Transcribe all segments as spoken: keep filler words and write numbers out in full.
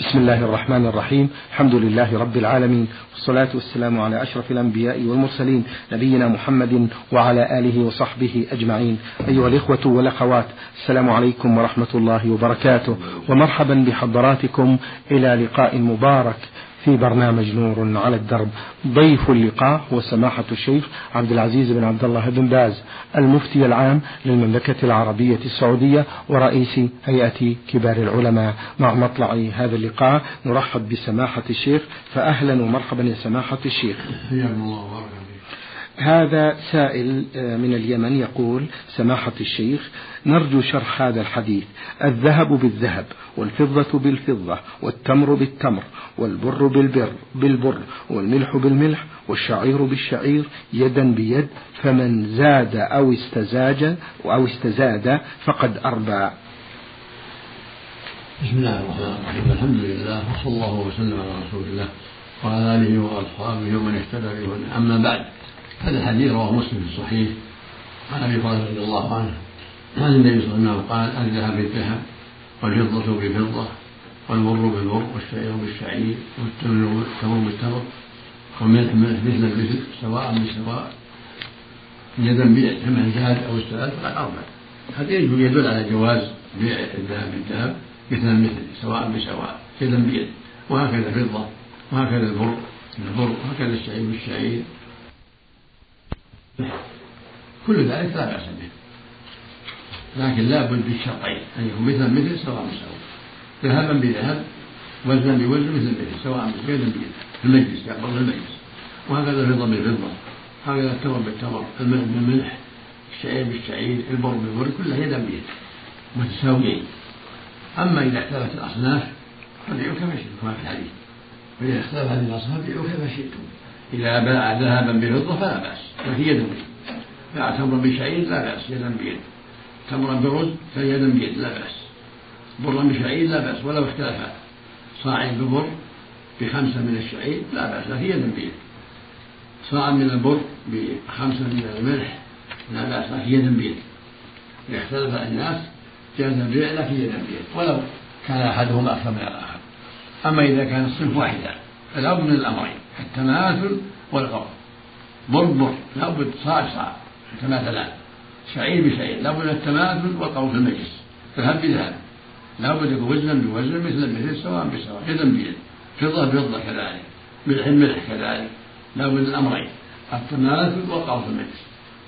بسم الله الرحمن الرحيم. الحمد لله رب العالمين، والصلاة والسلام على أشرف الأنبياء والمرسلين، نبينا محمد وعلى آله وصحبه أجمعين. أيها الإخوة والأخوات، السلام عليكم ورحمة الله وبركاته، ومرحبا بحضراتكم إلى لقاء مبارك في برنامج نور على الدرب. ضيف اللقاء هو سماحة الشيخ عبد العزيز بن عبد الله بن باز، المفتي العام للمملكة العربية السعودية ورئيس هيئة كبار العلماء. مع مطلع هذا اللقاء نرحب بسماحة الشيخ، فأهلا ومرحبا يا سماحة الشيخ. هذا سائل من اليمن يقول: سماحة الشيخ، نرجو شرح هذا الحديث: الذهب بالذهب، والفضة بالفضة، والتمر بالتمر، والبر بالبر بالبر، والملح بالملح، والشعير بالشعير، يدا بيد، فمن زاد أو استزاج أو استزاد فقد أربى. بسم الله الرحمن الرحيم، الحمد لله، وصلى الله وسلم على رسول الله وعلى آله وأصحابه ومن اهتدى بهداه. أما بعد، هذا الحديث رواه مسلم في الصحيح عن ابي هريره رضي الله عنه عن النبي صلى الله عليه وسلم قال: الذهب بالذهب، والفضه بالفضه، والبر بالبر، والشعير بالشعير، والتمر بالتمر، والملح مثل المثل، سواء بسواء، يدا بيد، فمن زاد او استزاد فقد اربع. هذا يدل على جواز بيع الذهب بالذهب مثل المثل، سواء بسواء، يدا بيد، وهكذا الفضه، وهكذا البر بالبر، وهكذا الشعير بالشعير، كل ذلك لا بأس به، لكن لا بد بالشرطين: أن يكون مثلا مثل سواء بسواء، ذهبا بذهب، وزنا بوزن مثل مثل، سواء بيدا بيد، في المجلس يقبض في المجلس، وهكذا الفضة بالفضة، هكذا التمر بالتمر، الملح بالملح، الشعير بالشعير، البر بالبر، كلها يدا بيد متساويين. أما إذا اختلفت الأصناف فبيعوا كما شئتم كما في الحديث، فإذا اختلف هذه الأصناف بيعوا كما شئتم. إذا باع ذهبا بفضة فلا بأس، لكن يدا بيد. باع تمرا بشعير لا بأس، يدا بيد. تمرا برز فيدا بيد لا بأس. برا بشعير لا بأس، ولو اختلف صاع ببر بخمسة من الشعير لا بأس، لكن يدا بيد. صاع من البر بخمسة من الملح لا بأس، لكن يدا بيد. إذا اختلف الناس جاز البيع، لكن يدا بيد، ولو كان أحدهما أكثر من الآخر. أما إذا كان الصنف واحدا فلا بد من الأمرين: التماثل والقبض. بر بر لا بد، صاع صاع يتماثلان، شعير بشعير لا بد من التماثل والقبض في المجلس، ذهب بذهب لا بد يكون وزنا بوزن، مثل مثل، سواء بسواء، يدا بيد، فضة بفضة كذلك، ملح ملح كذلك، لا بد من الأمرين: التماثل والقبض في المجلس.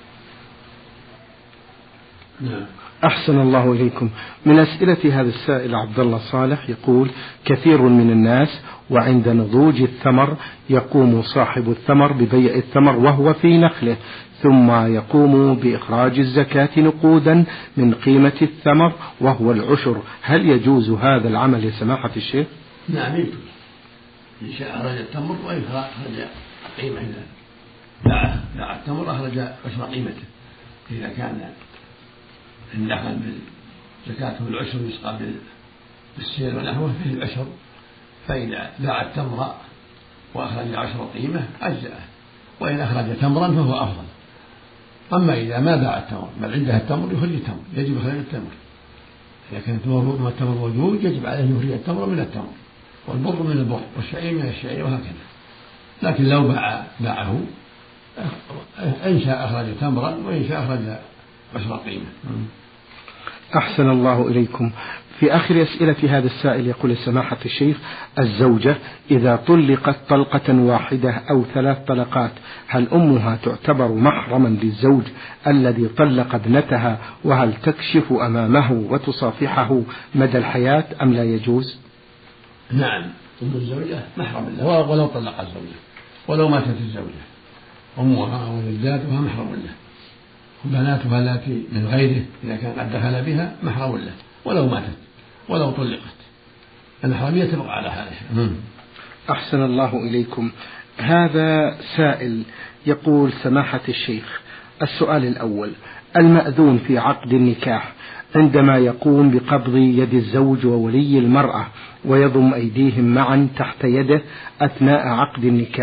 نعم. أحسن الله إليكم. من أسئلة هذا السائل عبد الله صالح يقول: كثير من الناس وعند نضوج الثمر يقوم صاحب الثمر ببيع الثمر وهو في نخله، ثم يقوم بإخراج الزكاة نقودا من قيمة الثمر وهو العشر، هل يجوز هذا العمل يا سماحة الشيخ؟ نعم يجوز، إن شاء أخرج التمر وإن أخرج قيمة، إذا باع باع التمر أخرج عشر قيمته، إذا كان النخل زكاته العشر يسقى بالسير ونحوه فيه العشر، فإذا باع التمر وأخرج عشر قيمة أجزأه، وإن أخرج تمرا فهو أفضل. أما إذا ما باع التمر بل عنده التمر يخرج التمر، يجب إخراج التمر. إذا كان التمر موجود يجب عليه يخرج التمر من التمر، والبر من البر، والشعير من الشعير، وهكذا. لكن لو باع باعه إن شاء أخرج تمرا وإن شاء أخرج عشر قيمة. أحسن الله إليكم. في آخر أسئلة هذا السائل يقول: سماحة الشيخ، الزوجة إذا طلقت طلقة واحدة أو ثلاث طلقات، هل أمها تعتبر محرما للزوج الذي طلق ابنتها، وهل تكشف أمامه وتصافحه مدى الحياة أم لا يجوز؟ نعم، أم الزوجة محرم له ولو طلق الزوجة، ولو ماتت الزوجة أمها وجداتها محرم له، وبناتها التي من غيره إذا كان قد دخل بها محرم له ولو ماتت ولو طلقت، الحرمية تبقى على حالها. أحسن الله إليكم. هذا سائل يقول: سماحة الشيخ، السؤال الأول: المأذون في عقد النكاح عندما يقوم بقبض يد الزوج وولي المرأة ويضم أيديهم معا تحت يده أثناء عقد النكاح،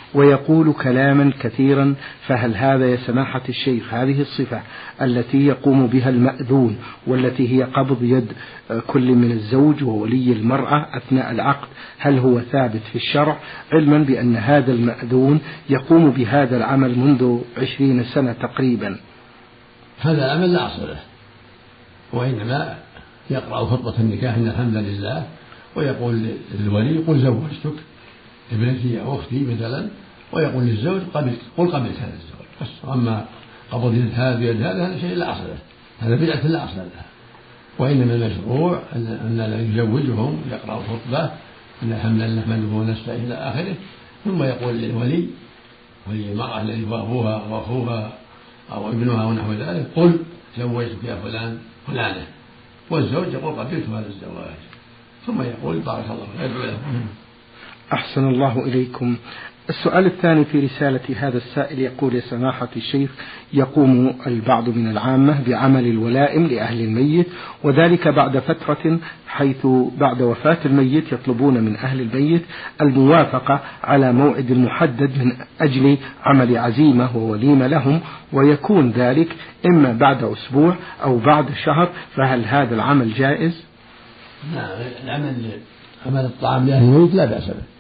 ويقول كلاما كثيرا، فهل هذا يا سماحة الشيخ هذه الصفة التي يقوم بها المأذون والتي هي قبض يد كل من الزوج وولي المرأة أثناء العقد، هل هو ثابت في الشرع، علما بأن هذا المأذون يقوم بهذا العمل منذ عشرين سنة تقريبا؟ هذا العمل لا أصل له، وإنما يقرأ خطبة النكاح إن الحمد لله، ويقول للولي قل زوجتك ابنتي أو أختي مثلا، ويقول للزوج قبلت قل قبلت هذا الزوج بس. أما قبض يد هذا بيد هذا هذا شيء لا أصل له، هذا بدعة لا أصل لها. وإنما المشروع أن يزوجهم يقرأ خطبة إن الحمد لله نحمده ونستعين إلى آخره، ثم يقول للولي ولي المرأة الذي هو أبوها وأخوها أو ابنها ونحو ذلك قل زوجتك يا فلان فلانة، والزوج يقول قبلت هذا الزواج، ثم يقول بارك الله فيك يدعو له. أحسن الله إليكم. السؤال الثاني في رسالة هذا السائل يقول يا سماحة الشيخ، يقوم البعض من العامة بعمل الولائم لأهل الميت، وذلك بعد فترة، حيث بعد وفاة الميت يطلبون من أهل الميت الموافقة على موعد محدد من أجل عمل عزيمة ووليمة لهم، ويكون ذلك إما بعد أسبوع أو بعد شهر، فهل هذا العمل جائز؟ نعم، العمل عمل الطعام لأهل الميت لا بأس به.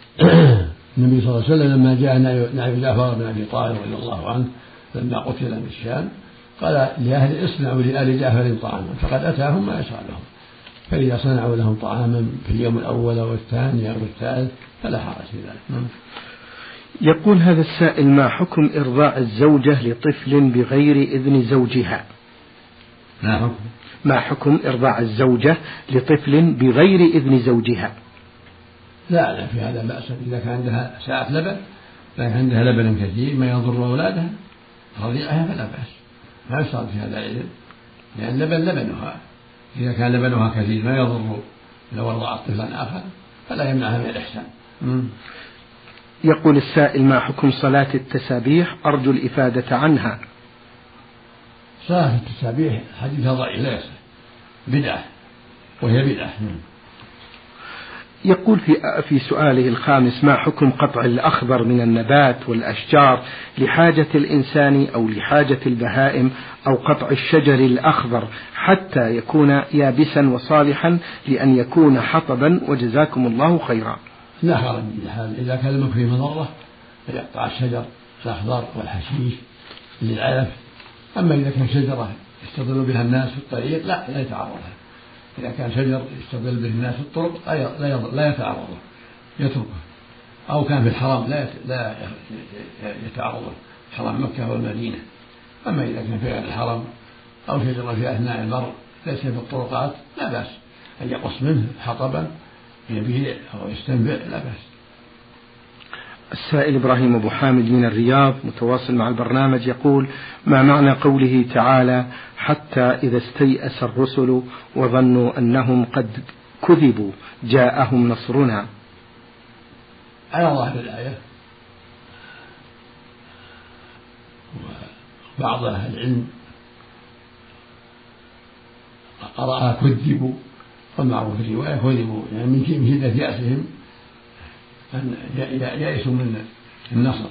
النبي صلى الله عليه وسلم لما جاء نعي جعفر بن أبي طالب رضي الله عنه لما قتل بالشام قال لأهل اصنعوا لآل جعفر طعاما، فقد أتاهم ما يشرع لهم، فإذا صنعوا لهم طعاما في اليوم الأول والثاني أو الثالث فلا حرج في ذلك. يقول هذا السائل: ما حكم إرضاع الزوجة لطفل بغير إذن زوجها؟ ما حكم ما حكم إرضاع الزوجة لطفل بغير إذن زوجها؟ لا لا في هذا بأس، إذا كان عندها ساعة لبن، لكن عندها لبن كثير ما يضر أولادها رضيعها فلا بأس، ما يصاب في هذا العلم، لأن لبن لبنها، إذا كان لبنها كثير ما يضر لو رضعت طفلا آخر فلا يمنعها من الإحسان. يقول السائل: ما حكم صلاة التسابيح؟ أرجو الإفادة عنها. صلاة التسابيح حديثها ضعيف لا يصح، بدعة وهي بدعة. يقول في في سؤاله الخامس: ما حكم قطع الأخضر من النبات والأشجار لحاجة الإنسان أو لحاجة البهائم، أو قطع الشجر الأخضر حتى يكون يابسا وصالحا لأن يكون حطبا، وجزاكم الله خيرا؟ لا حرج إذا كان المكر فيه مضرة فيقطع الشجر الأخضر والحشيش للعلف، أما إذا كان شجرة يستظل بها الناس في الطريق لا لا يتعرضها، إذا كان شجر يستظل به الناس في الطرق لا يتعرضه يتركه، أو كان في الحرم لا لا يتعرضه، حرم مكة والمدينة. أما إذا كان في غير الحرم أو شجرة في أثناء البر ليس في الطرقات لا بأس أن يقص منه حطبا يبيع أو يستنبع لا بأس. السائل إبراهيم أبو حامد من الرياض متواصل مع البرنامج يقول: ما معنى قوله تعالى: حتى إذا استيأس الرسل وظنوا أنهم قد كذبوا جاءهم نصرنا؟ على ظاهر الآية، وبعض أهل العلم قرأها كذبوا، والمعروف في الرواية كذبوا، يعني من شدة يأسهم أن يأسوا من النصر،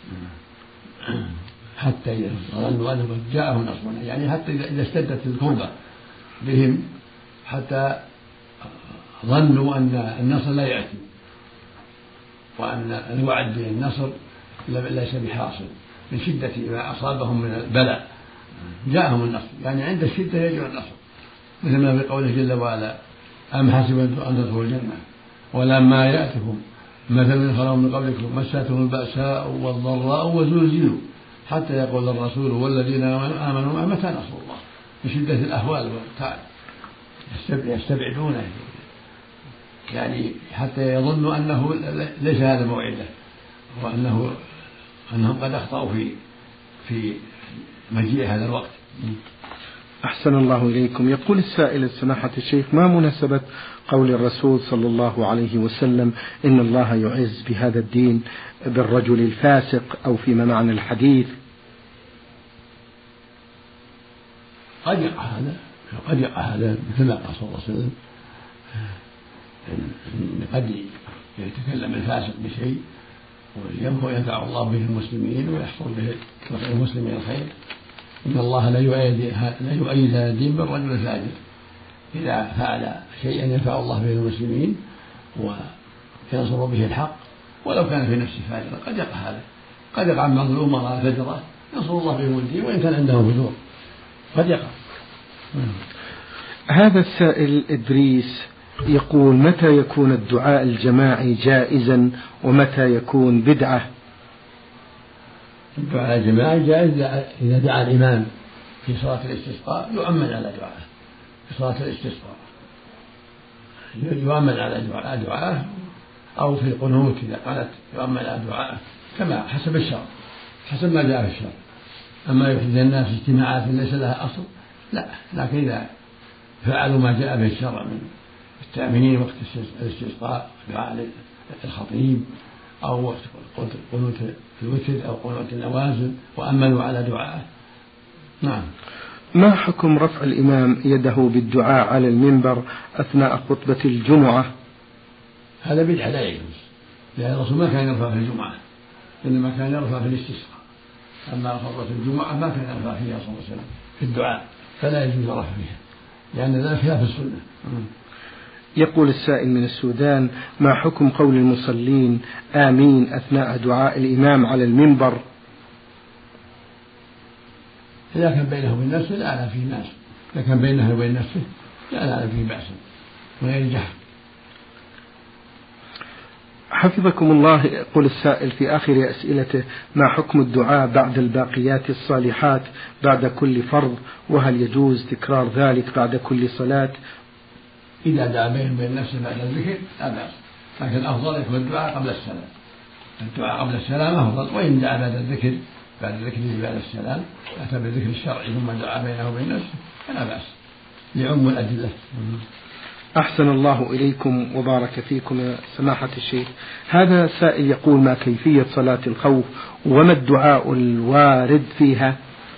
حتى إذا ظنوا أنهم قد جاءهم نصرنا، يعني حتى إذا اشتدت الكربة بهم حتى ظنوا أن النصر لا يأتي، وأن الوعد بالنصر ليس بحاصل من شدة ما أصابهم من البلاء، جاءهم النصر، يعني عند الشدة يجي النصر، مثل ما في قوله جل وعلا: أم حسبتم أن تدخلوا الجنة ولما يأتكم مثل من خلوا من قبلكم مستهم البأساء والضراء وزلزلوا حتى يقول الرسول والذين آمنوا معه متى نصر الله، من شدة الأهوال والتعب يستبعدونه، يعني حتى يظنوا أنه ليس هذا موعده، وأنه أنهم قد أخطأوا في في مجيء هذا الوقت. أحسن الله إليكم. يقول السائل: سماحة الشيخ، ما مناسبة قول الرسول صلى الله عليه وسلم: إن الله يعز بهذا الدين بالرجل الفاسق، أو فيما معنى الحديث؟ قد يقع هذا قد يقع هذا مثل ما قال صلى الله عليه وسلم، قد يتكلم الفاسق بشيء وينفع الله به المسلمين ويحصل به المسلمين الخير. إن الله لا يؤيد لا يؤيد هذا الدين بالرجل الفاجر إذا فعل شيئا ينفع الله به المسلمين وينصر به الحق ولو كان في نفسه فاجرا. قد يقع هذا، قد يقع من بعض الأمراء الفجرة ينصر الله بهم الدين وإن كان عندهم فجور، قد يقع. هذا السائل إدريس يقول: متى يكون الدعاء الجماعي جائزا ومتى يكون بدعة؟ الدعاء الجماعي جائز إذا دعا الإمام في صلاة الاستسقاء يؤمن على دعائه. في صلاة الاستسقاء يؤمن على دعائه، أو في القنوت إذا قالت يؤمن على دعائه، كما حسب الشرع، حسب ما جاء في الشرع. أما يحدث الناس اجتماعات ليس لها أصل لا، لكن إذا فعلوا ما جاء به الشرع من التأمينين وقت الاستسقاء، دعاء الخطيب، أو وقت قنوت الوتر أو قنوت النوازل، وأمنوا على دعائه. نعم. ما حكم رفع الإمام يده بالدعاء على المنبر أثناء خطبة الجمعة؟ هذا بدعة لا يجوز، لأن الرسول ما كان يرفع في الجمعة، إنما كان يرفع في الاستسقاء. أما خطبة الجمعة ما كان يرفع فيها صلى الله عليه وسلم في الدعاء، فلا يجوز الرفع فيها لأن ذلك خلاف السنة. يقول السائل من السودان: ما حكم قول المصلين آمين أثناء دعاء الإمام على المنبر؟ إذا كان بينه وبين نفسه لا أعلم فيه بأس، إذا كان بينه وبين نفسه لا أعلم فيه بأس وغير جهل. حفظكم الله. يقول السائل في آخر أسئلته: ما حكم الدعاء بعد الباقيات الصالحات بعد كل فرض، وهل يجوز تكرار ذلك بعد كل صلاة؟ إذا دعا بينه وبين نفسه بعد الذكر لا بأس، لكن الأفضل يكون الدعاء قبل السلام. الدعاء قبل السلام أفضل، وإن دعا بعد الذكر بعد الذكر بعد السلام أتى بالذكر الشرعي ثم دعا بينه وبين نفسه فلا بأس، لعم الأدلة. أحسن الله إليكم وبارك فيكم يا سماحة الشيخ. هذا سائل يقول: ما كيفية صلاة الخوف وما الدعاء الوارد فيها؟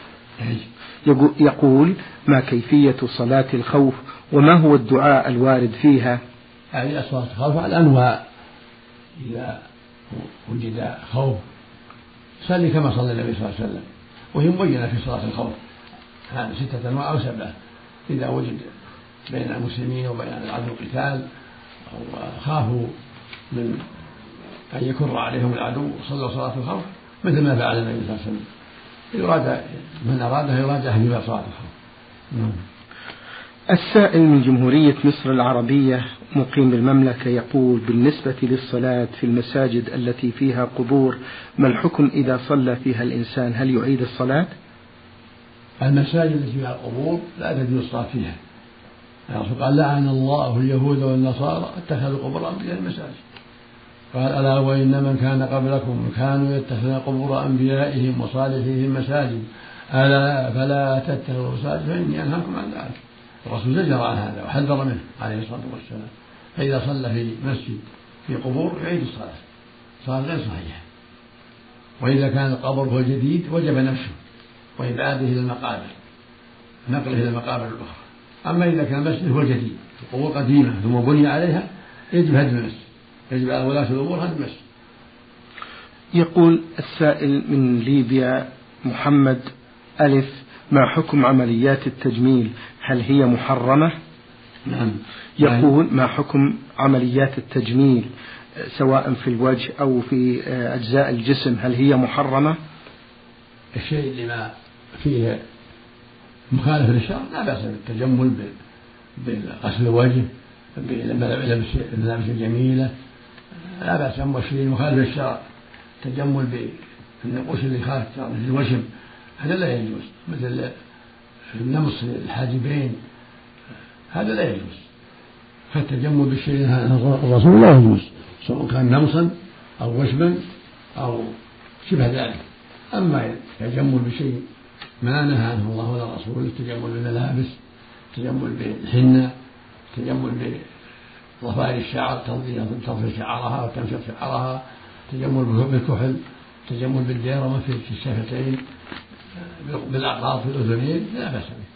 يقول: ما كيفية صلاة الخوف وما هو الدعاء الوارد فيها؟ هذه صلاة الخوف على أنواع، إذا وجد خوف صلي كما صلى النبي صلى الله عليه وسلم، وهي مبينة في صلاة الخوف، هذه ستة أنواع أو سبعة. إذا وجد بين المسلمين وبين العدو قتال أو خافوا من أن يكر عليهم العدو صلوا صلاة الخوف مثل ما فعل النبي صلى الله عليه وسلم. يراد من أراده يراجع في باب صلاة الخوف. السائل من جمهورية مصر العربية مقيم بالمملكة يقول: بالنسبة للصلاة في المساجد التي فيها قبور ما الحكم إذا صلى فيها الإنسان؟ هل يعيد الصلاة؟ المساجد التي فيها قبور لا تجوز الصلاة فيها. الرسول قال: لعن الله اليهود والنصارى اتخذوا قبور أنبياء المساجد. قال: ألا وإن من كان قبلكم كانوا يتخذون قبور أنبيائهم وصالحيهم مساجد، ألا فلا تتخذوا مساجد فإني أنهاكم عن ذلك. الرسول زجر عن هذا وحذر منه عليه الصلاة والسلام. فإذا صلى في مسجد في قبور يعيد الصلاة، صلاة غير صحيحة. وإذا كان القبر هو جديد وجب نفسه وإبعاده إلى المقابر، نقله إلى المقابر الأخرى. أما إذا كان المسجد هو جديد القبور قديمة ثم بني عليها يجب هدم المسجد، يجب على ولاة الأمور هدم المسجد. يقول السائل من ليبيا محمد ألف: ما حكم عمليات التجميل؟ هل هي محرمة؟ نعم. يقول: ما حكم عمليات التجميل سواء في الوجه أو في أجزاء الجسم، هل هي محرمة؟ الشيء اللي ما فيه مخالف للشرع لا بأس بالتجمل، بغسل الوجه، بالملابس الجميلة لا بأس. أما الشيء المخالف للشرع التجمل بالنقوش اللي خالف الشرع مثل الوشم هذا لا يجوز، مثل النمص الحاجبين هذا لا يجوز. فالتجمل بالشيء الرسول لا يجوز سواء كان نمصا أو وشما أو شبه ذلك. أما التجمل بشيء ما نهى عنه الله ولا رسوله، التجمل بالملابس، التجمل بالحنة، التجمل بضفائر الشعر تضفر شعرها وتمشط شعرها، التجمل بالكحل، التجمل بالديرمة في الشفتين، بالأعراض في الأذنين لا بأس به.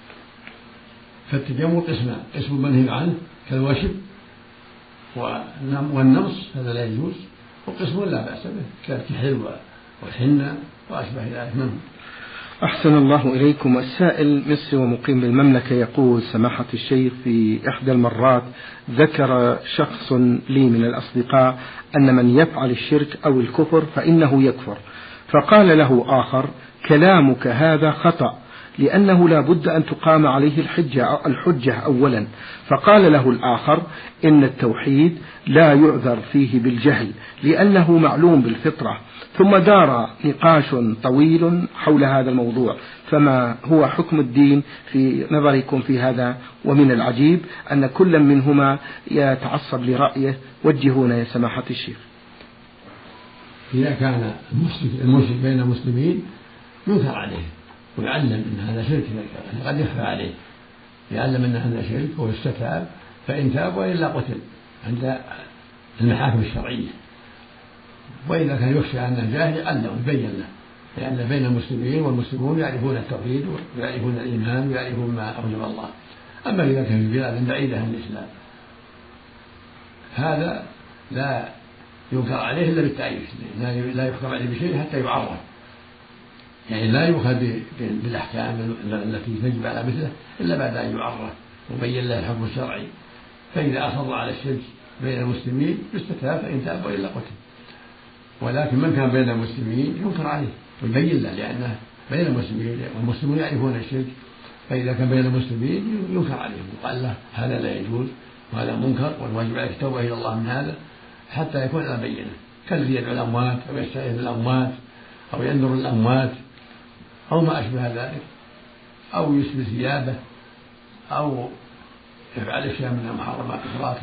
فالتجمل قسمان: قسم منهي عنه كالوشم والنمص هذا لا يجوز، وقسم لا بأس به كالكحل والحنة وأشبه ذلك منهم. أحسن الله إليكم. السائل مصري ومقيم بالمملكة يقول: سماحة الشيخ، في إحدى المرات ذكر شخص لي من الأصدقاء أن من يفعل الشرك أو الكفر فإنه يكفر، فقال له آخر: كلامك هذا خطأ، لأنه لا بد أن تقام عليه الحجة, الحجة أولا. فقال له الآخر: إن التوحيد لا يعذر فيه بالجهل لأنه معلوم بالفطرة. ثم دار نقاش طويل حول هذا الموضوع، فما هو حكم الدين في نظركم في هذا؟ ومن العجيب أن كل منهما يتعصب لرأيه. وجهونا يا سماحة الشيخ. إذا كان المشرك بين المسلمين ينكر عليه ويعلم أن هذا شرك، قد يخفى عليه، يعلم أن هذا شرك ويستتاب، فإن تاب وإلا قتل عند المحاكم الشرعية. وإذا كان يخشى أنه جاهل يعلم يبين له، لأن بين المسلمين والمسلمون يعرفون التوحيد ويعرفون الإيمان ويعرفون ما أوجب الله. أما إذا كان في بلاد بعيدة عن الإسلام هذا لا ينكر عليه إلا بالتعريف، لا يحكم عليه بشيء حتى يعرف، يعني لا يؤخذ بالأحكام التي تجب على مثله إلا بعد أن يعرف وبين له الحكم الشرعي. فإذا أصر على الشرك بين المسلمين يستتاب، فإن تاب وإلا قتل. ولكن من كان بين المسلمين ينكر عليه ويبين له، لأنه بين المسلمين والمسلمون يعرفون الشرك، فإذا كان بين المسلمين ينكر عليه وقال له هذا لا يجوز وهذا منكر والواجب عليك التوبة إلى الله من هذا حتى يكون على بينة، كالذي يدعو الأموات أو يستعيذ بالأموات أو ينذر الأموات أو ما أشبه ذلك، أو يسبل ثيابه أو يفعل أشياء من المحرمات أخرى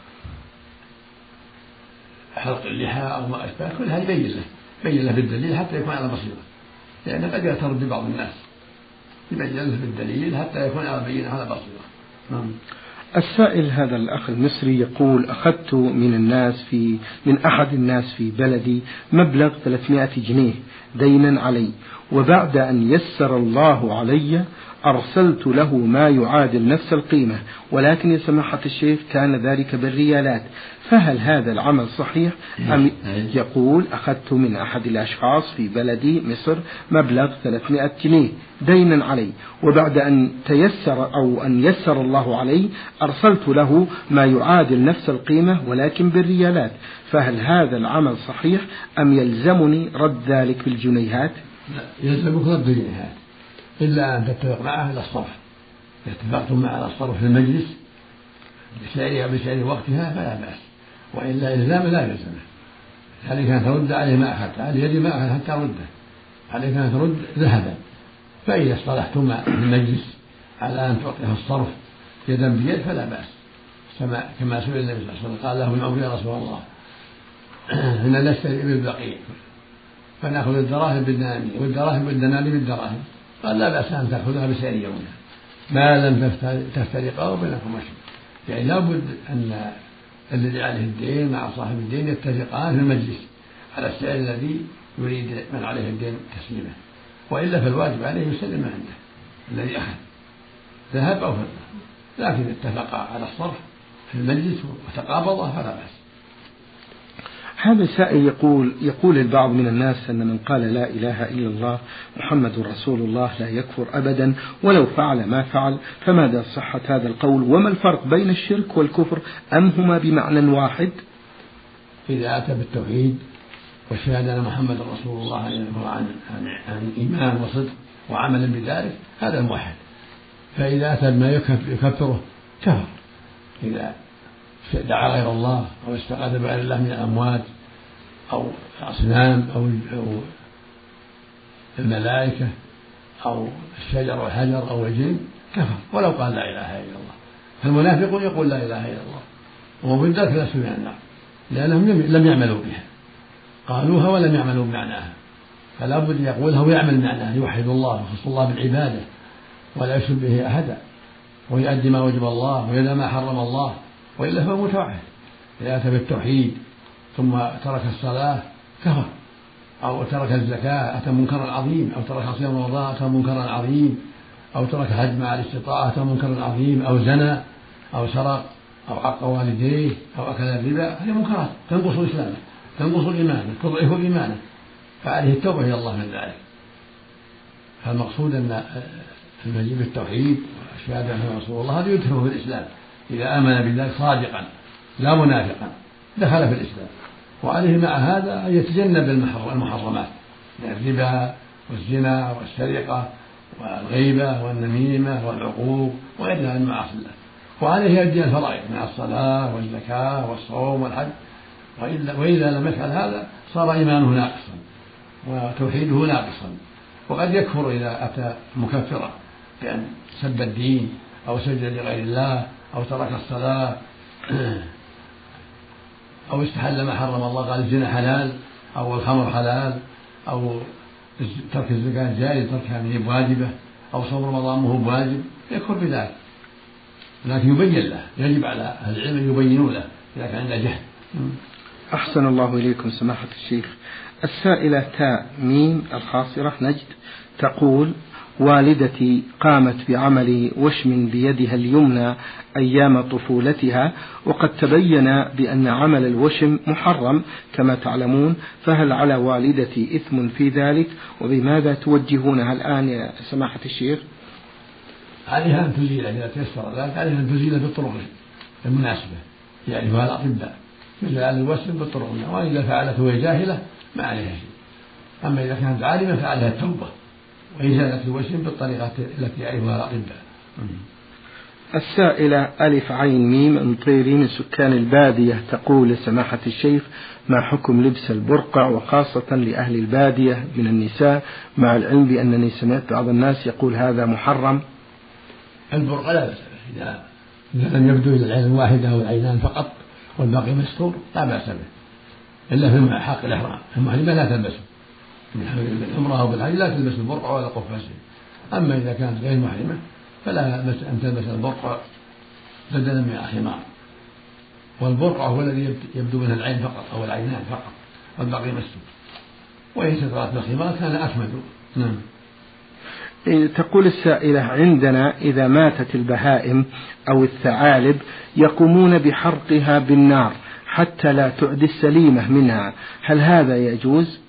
كحلق اللحى أو ما أشبه، كل هذا يبين له بين له بالدليل حتى يكون على بصيرة، لأنه قد يغتر ببعض الناس، يبين له بالدليل حتى يكون على بينة على بصيرة. نعم. السائل هذا الأخ المصري يقول: أخذت من الناس في من أحد الناس في بلدي مبلغ ثلاثمائة جنيه دينا علي، وبعد أن يسر الله علي أرسلت له ما يعادل نفس القيمة، ولكن يا سماحة الشيخ كان ذلك بالريالات، فهل هذا العمل صحيح أم؟ يقول: أخذت من أحد الأشخاص في بلدي مصر مبلغ ثلاثمائة جنيه دينا علي، وبعد أن تيسر أو أن يسر الله علي أرسلت له ما يعادل نفس القيمة ولكن بالريالات، فهل هذا العمل صحيح أم يلزمني رد ذلك بالجنيهات؟ لا، يلزمك رد الجنيهات إلا أن تتفق معه على الصرف. اتفقتم معه على الصرف في المجلس بسعرها بسعر وقتها فلا بأس، وإلا إلزام لا يلزمه. عليك أن ترد عليه ما أخذت، على يد ما أخذ حتى رده، عليك أن ترد ذهبا. فإذا اصطلحتم في المجلس على أن تعطيه الصرف يدا بيد فلا بأس، كما سئل النبي صلى الله عليه وسلم قال له من عمر يا رسول الله إن نشتري بالبقيع فنأخذ الدراهم بالدنانير والدراهم بالدنانير بالدراهم، قال لا بأس أن تأخذها بسعر يومها ما لم تفترقا بينكم مشروع. يعني لا بد أن الذي عليه الدين مع صاحب الدين يتفقان في المجلس على السعر الذي يريد من عليه الدين تسليمه، وإلا فالواجب عليه يسلم ما عنده الذي أخذ ذهب أو فضة، لكن اتفقا على الصرف في المجلس وتقابضا فلا بأس. هذا سائل يقول يقول البعض من الناس أن من قال لا إله إلا الله محمد رسول الله لا يكفر أبدا ولو فعل ما فعل، فماذا صحة هذا القول؟ وما الفرق بين الشرك والكفر؟ أم هما بمعنى واحد؟ إذا أتى بالتوحيد والشهادة أن محمد رسول الله عن عن إيمان وصدق وعمل بذلك هذا موحد. فإذا أتى بما يكفره كفر، إذا دعا غير الله أو استغاث بغير الله من الأموات أو الأصنام أو الملائكة أو الشجر والحجر أو الجن كفر ولو قال لا إله إلا الله. فالمنافقون يقول لا إله إلا الله وهو بالذات لا سمع النار لأنهم لم يعملوا بها، قالوها ولم يعملوا بمعناها، فلا بد يقولها ويعمل معناها، يوحد الله ويخص الله بالعبادة ولا يشرك به أحدا ويؤدي ما وجب الله ويدع ما حرم الله، وإلا فهو متوحد. إذا أتى بالتوحيد ثم ترك الصلاة كفر، أو ترك الزكاة أتى منكرا عظيم، أو ترك صيام رمضان أتى منكرا عظيم، أو ترك حج مع الاستطاعة أتى منكرا عظيم، أو زنى أو سرق أو عق والديه أو أكل الربا، هذه منكرات تنقص إسلامه. تنقص إيمانه تضعف إيمانه، فعليه التوبة إلى الله من ذلك. فالمقصود أن المجيء بالتوحيد والشهادة أنه رسول الله هذا يدخله في الإسلام إذا آمن بالله صادقا لا منافقا دخل في الإسلام. وعليه مع هذا أن يتجنب المحرمات من الربا والزنا والسرقة والغيبة والنميمة والعقوق وغيرها من معاصي الله. وعليه يؤدي الفرائض من الصلاة والزكاة والصوم والحج، وإذا لم يفعل هذا صار إيمانه ناقصا وتوحيده ناقصا، وقد يكفر إذا أتى مكفرا بأن سب الدين أو سجد لغير الله أو ترك الصلاة أو استحل ما حرم الله، قال الزنا حلال أو الخمر حلال أو ترك الزكاة جائز تركها من واجبة أو صوم رمضان وهو واجب، يكفر بذلك. لكن يبين له، يجب على أهل العلم أن يبينوا له إذا كان عنده جهل. أحسن الله إليكم سماحة الشيخ. السائلة تاء ميم الخاصرة نجد تقول: والدتي قامت بعمل وشم بيدها اليمنى أيام طفولتها، وقد تبين بأن عمل الوشم محرم كما تعلمون، فهل على والدتي إثم في ذلك؟ وبماذا توجهونها الآن يا سماحة الشيخ؟ عليها أن تزيل إذا تيسر ذلك، عليها أن تزيل بالطرق المناسبة يعرفها الأطباء، مثل الوشم بالطرق، وإذا فعلته وهي جاهلة ما عليها شيء. أما إذا كانت عالمة فعلها التوبة وإزالة الوشم بالطريقة التي يعرفها الأطباء. السائلة ألف عين ميم انطيري من سكان البادية تقول: سماحة الشيخ، ما حكم لبس البرقع وخاصة لأهل البادية من النساء، مع العلم بأنني سمعت بعض الناس يقول هذا محرم؟ البرقع لا بأس به إذا لم يبدو إلى العين الواحدة أو العينان فقط والباقي مستور لا بأس به، إلا في حق الإحرام المحرمة لا تلبسه، من العمرة أو بالحج لا تلبس البرقع ولا قفازين. أما إذا كانت غير محرمة فلا بأس أن تلبس البرقع بدلا من الخمار، والبرقع هو الذي يبدو منه العين فقط أو العينان فقط والباقي مستور، وإن سترت بالخمار كان أكمل. نعم. تقول السائلة: عندنا إذا ماتت البهائم أو الثعالب يقومون بحرقها بالنار حتى لا تعدي السليمة منها، هل هذا يجوز؟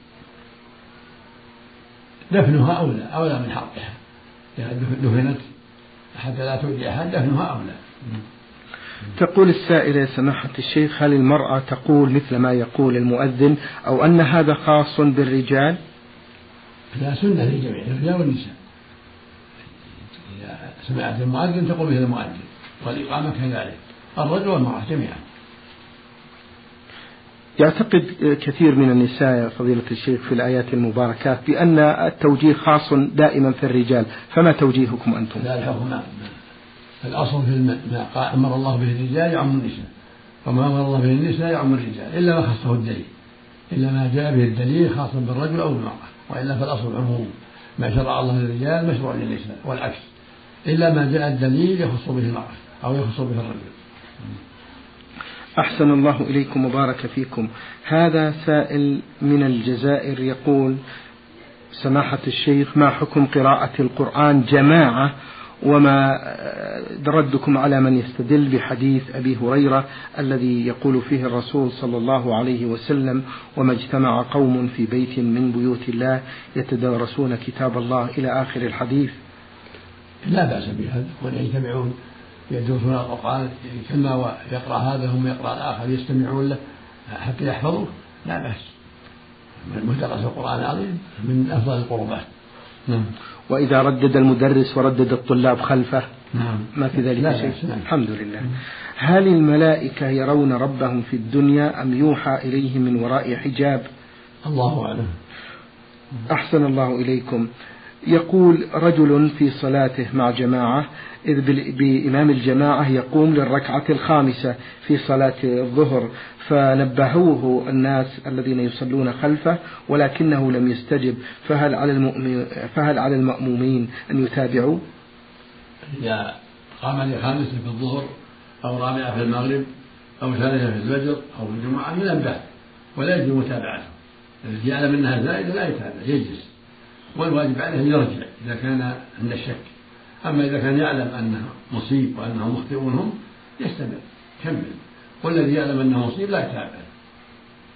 دفنها أولى أولى من حرقها، إذا دفنت حتى لا تؤذي أحد دفنها أولى. تقول السائلة: سماحة الشيخ، هل المرأة تقول مثل ما يقول المؤذن أو أن هذا خاص بالرجال؟ لا، سنة للجميع الرجال والنساء، إذا سمعت المؤذن تقول مثل المؤذن، والإقامة كذلك، الرجل والمرأة جميعا. يعتقد كثير من النساء يا فضيلة الشيخ في الآيات المباركات بأن التوجيه خاص دائما في الرجال، فما توجيهكم أنتم؟ لا، الحكم ما الأصل في ما أمر الله به الرجال يعم النساء، وما أمر الله به النساء يعم الرجال، إلا ما خصه الدليل، إلا ما جاء به الدليل خاص بالرجل أو بالمرأة، وإلا فالأصل العموم، ما شرع الله للرجال مشروع للنساء والعكس، إلا ما جاء الدليل يخص به المرأة أو يخص به الرجل. أحسن الله إليكم وبارك فيكم. هذا سائل من الجزائر يقول: سماحة الشيخ، ما حكم قراءة القرآن جماعة، وما ردكم على من يستدل بحديث أبي هريرة الذي يقول فيه الرسول صلى الله عليه وسلم: وما اجتمع قوم في بيت من بيوت الله يتدارسون كتاب الله إلى آخر الحديث؟ لا بأس بهذا، ويجتمعون يدرسون القرآن كما يقرأ هذا هم يقرأ الآخر يستمعون له حتى يحفظوه، لا بأس، مدرس القرآن العظيم من أفضل القربات. نعم. وإذا ردد المدرس وردد الطلاب خلفه نعم. ما في ذلك شيء؟ نعم. الحمد لله. هل الملائكة يرون ربهم في الدنيا أم يوحى إليهم من وراء حجاب؟ الله أعلم. أحسن الله إليكم. يقول رجل في صلاته مع جماعة، إذ بإمام الجماعة يقوم للركعة الخامسة في صلاة الظهر، فنبهوه الناس الذين يصلون خلفه ولكنه لم يستجب، فهل على المؤمن فهل على المأمومين أن يتابعوا؟ إذا قام لخامسة في الظهر أو رابعة في المغرب أو ثالثة في الفجر أو في الجمعة ينبه ولا يجب متابعته، الذي يعلم أنها زائدة لا يتابع يجلس، والواجب عليه يرجع إذا كان عند الشك. أما إذا كان يعلم أنه مصيب وأنه مخطئ هم يستمر كمل، والذي يعلم أنه مصيب لا يتابع.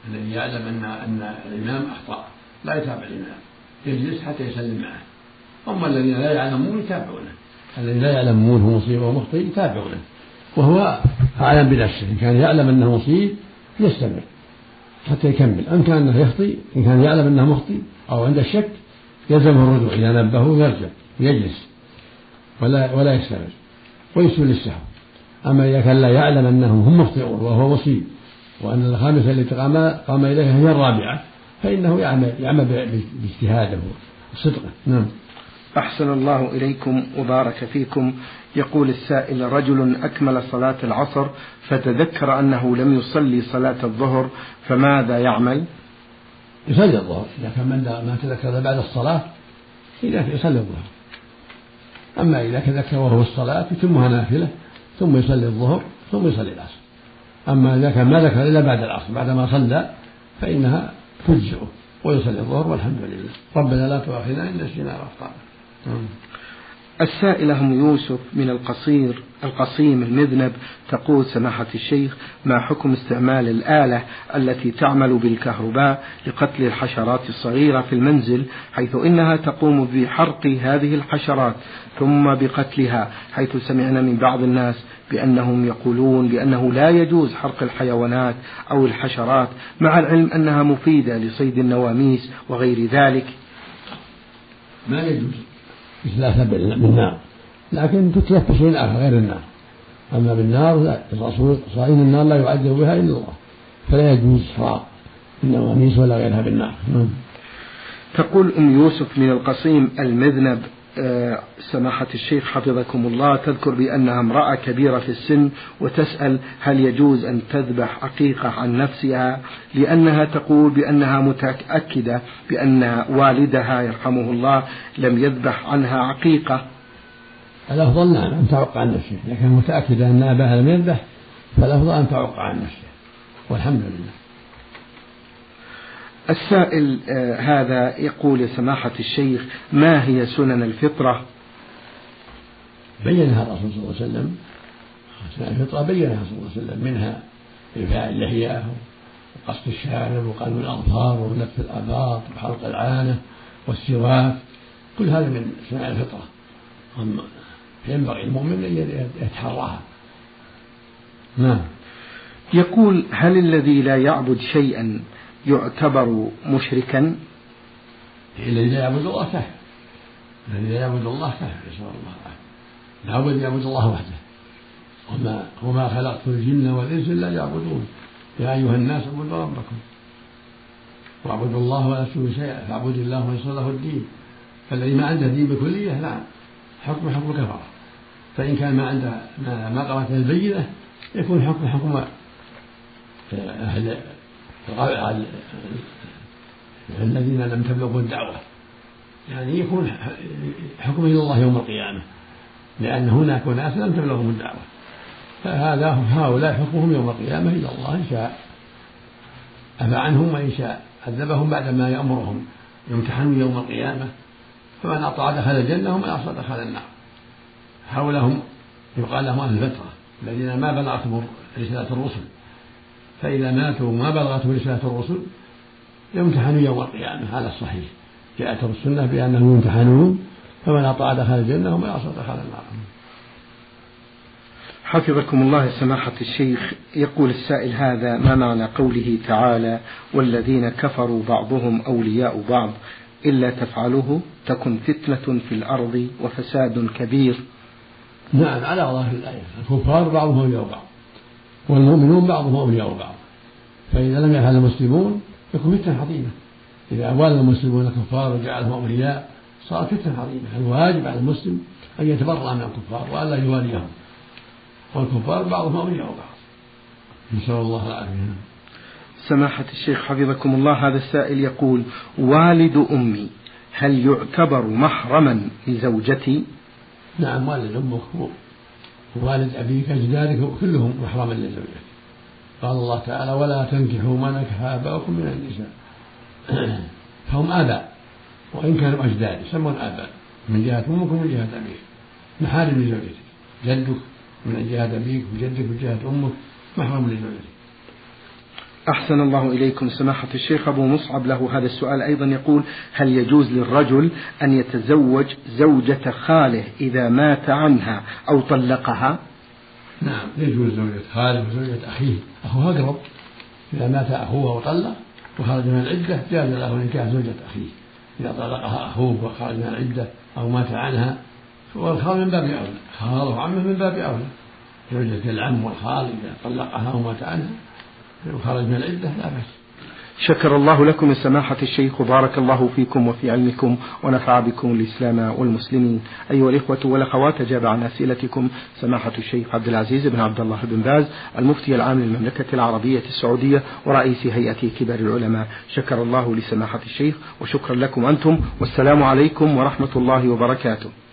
الذي يعلم أن أن الإمام أخطأ لا يتابع الإمام، يجلس حتى يسلم معه. أما الذين لا يعلمون يتابعونه، الذين لا يعلمون هو مصيب ومخطئ يتابعونه، وهو أعلم بنفسه. إن كان يعلم أنه مصيب يستمر حتى يكمل، أم كان أنه يخطئ إن كان يعلم أنه مخطئ أو عنده شك يلزمه الرجوع، إذا نبهه يرجع يجلس ولا ولا يستمر ويسهل السهو. أما إذا كان لا يعلم أنهم هم مخطئون وهو مصيب وأن الخامسة التي قام إليها هي الرابعة فإنه يعمل, يعمل باجتهاده وصدقه. نعم. أحسن الله إليكم وبارك فيكم. يقول السائل: رجل أكمل صلاة العصر فتذكر أنه لم يصلي صلاة الظهر فماذا يعمل؟ يصلي الظهر إذا كان من ما تذكر بعد الصلاة إذا يصلي الظهر. أما إذا تذكر وهو الصلاة يتمها نافلة ثم يصلي الظهر ثم يصلي العصر. أما إذا كان ما ذكر إلا بعد العصر بعدما صلى فإنها تجزئه ويصلي الظهر والحمد لله. ربنا لا تؤاخذنا إن نسينا أو أخطأنا. السائلة أم يوسف من القصير القصيم المذنب تقول: سماحة الشيخ، ما حكم استعمال الآلة التي تعمل بالكهرباء لقتل الحشرات الصغيرة في المنزل، حيث إنها تقوم بحرق هذه الحشرات ثم بقتلها، حيث سمعنا من بعض الناس بأنهم يقولون بأنه لا يجوز حرق الحيوانات أو الحشرات، مع العلم أنها مفيدة لصيد النواميس وغير ذلك؟ ما يجوز إثلاثها بالنار، لكن تتلف بشيء آخر غير النار. أما بالنار لا، الرسول صلى النار لا يعذب بها إلا الله، فلا يجوز إحراق النواميس ولا غيرها بالنار. تقول أم يوسف من القصيم المذنب: أه سماحة الشيخ حفظكم الله، تذكر بأنها امرأة كبيرة في السن وتسأل هل يجوز أن تذبح عقيقة عن نفسها، لأنها تقول بأنها متأكدة بأن والدها يرحمه الله لم يذبح عنها عقيقة. الأفضل نعم أن تعق عن نفسها، لكن متأكدة أن أباها لم يذبح فالأفضل أن تعق عن نفسها والحمد لله. السائل آه هذا يقول: يا سماحة الشيخ، ما هي سنن الفطرة؟ بينها الرسول صلى الله عليه وسلم. سنن الفطرة بينها صلى الله عليه وسلم، منها إرفاع اللحية وقص الشارب وقلم الأظفار ونتف الآباط وحلق العانة والسواك، كل هذا من سنن الفطرة، ينبغي المؤمن أن يتحراها. نعم. يقول: هل الذي لا يعبد شيئا يعتبر مشركا؟ الذي لا يعبد الله كافر، الذي لا يعبد الله كافر، نسأل الله العافية. لابد يعبد الله وحده، وما وما خلقت الجن والإنس إلا يعبدون. يا أيها الناس اعبدوا ربكم واعبدوا الله ولا تشركوا شيئا، فاعبدوا الله ويسر له الدين. فالذي ما عنده دين بكلية لا، حكم حكم كفر. فإن كان ما عنده ما قامت البينة يكون حكم حكم أهل الذين لم تبلغوا الدعوة، يعني يكون حكمه إلى الله يوم القيامة، لأن هناك ناس لم تبلغهم الدعوة، فهذا هؤلاء حكمهم يوم القيامة إلى الله، إن شاء عفى عنهم وإن شاء عذبهم بعدما يأمرهم يمتحنوا يوم القيامة. فمن أطاع دخل الجنة ومن عصى دخل النار. هؤلاء هم يقال لهم أهل الفترة الذين ما بلغتهم رسالة الرسل، فإذا ماتوا ما بلغتهم رسالة الرسل يمتحنوا يوم القيامة على الصحيح. جاءت السنة بأنهم يمتحنون، فمن أطاع دخل الجنة ومن عصى دخل النار. حفظكم الله سماحة الشيخ. يقول السائل هذا: ما معنى قوله تعالى: والذين كفروا بعضهم أولياء بعض إلا تفعلوه تكن فتنة في الأرض وفساد كبير؟ نعم، على ظاهر الآية الكفار بعضهم أولياء بعض والمؤمنون بعضهم أولياء بعض، فإذا لم يفعل المسلمون يكون فتنة عظيمة. إذا والى المسلمون الكفار وجعلهم أولياء صارت فتنة عظيمة. الواجب على المسلم أن يتبرأ من الكفار وألا يواليهم، والكفار بعضهم أولياء بعض، نسأل الله العافية. سماحة الشيخ حفظكم الله، هذا السائل يقول: والد أمي هل يعتبر محرما لزوجتي؟ نعم، والد أمك ووالد أبيك أجدادك كلهم محرما لزوجتك. قال الله تعالى: ولا تنكحوا ما نكح آباؤكم من النساء. فهم آباء وإن كانوا أجداد يسمون آباء من جهة أمك ومن جهة أبيك، محارم لزوجتك. جدك من جهة أبيك وجدك من جهة أمك محرم لزوجتك. أحسن الله إليكم سماحة الشيخ. أبو مصعب له هذا السؤال أيضا، يقول: هل يجوز للرجل أن يتزوج زوجة خاله إذا مات عنها أو طلقها؟ نعم، يجوز زوجة خاله وزوجة أخيه، أخوه أقرب. إذا مات أخوه وطلق وخرج من العدة جاز له نكاح زوجة أخيه. إذا طلقها أخوه وخرج من العدة أو مات عنها، والخال من باب أولى، خاله وعمه من باب أولى. زوجة العم والخال إذا طلقها أو مات عنها وخرج من العدة لا بأس. شكر الله لكم يا سماحة الشيخ، وبارك الله فيكم وفي علمكم ونفع بكم الإسلام والمسلمين. أيها الإخوة والأخوات، أجاب عن أسئلتكم سماحة الشيخ عبد العزيز بن عبد الله بن باز، المفتي العام للمملكة العربية السعودية ورئيس هيئة كبار العلماء. شكر الله لسماحة الشيخ، وشكرا لكم أنتم، والسلام عليكم ورحمة الله وبركاته.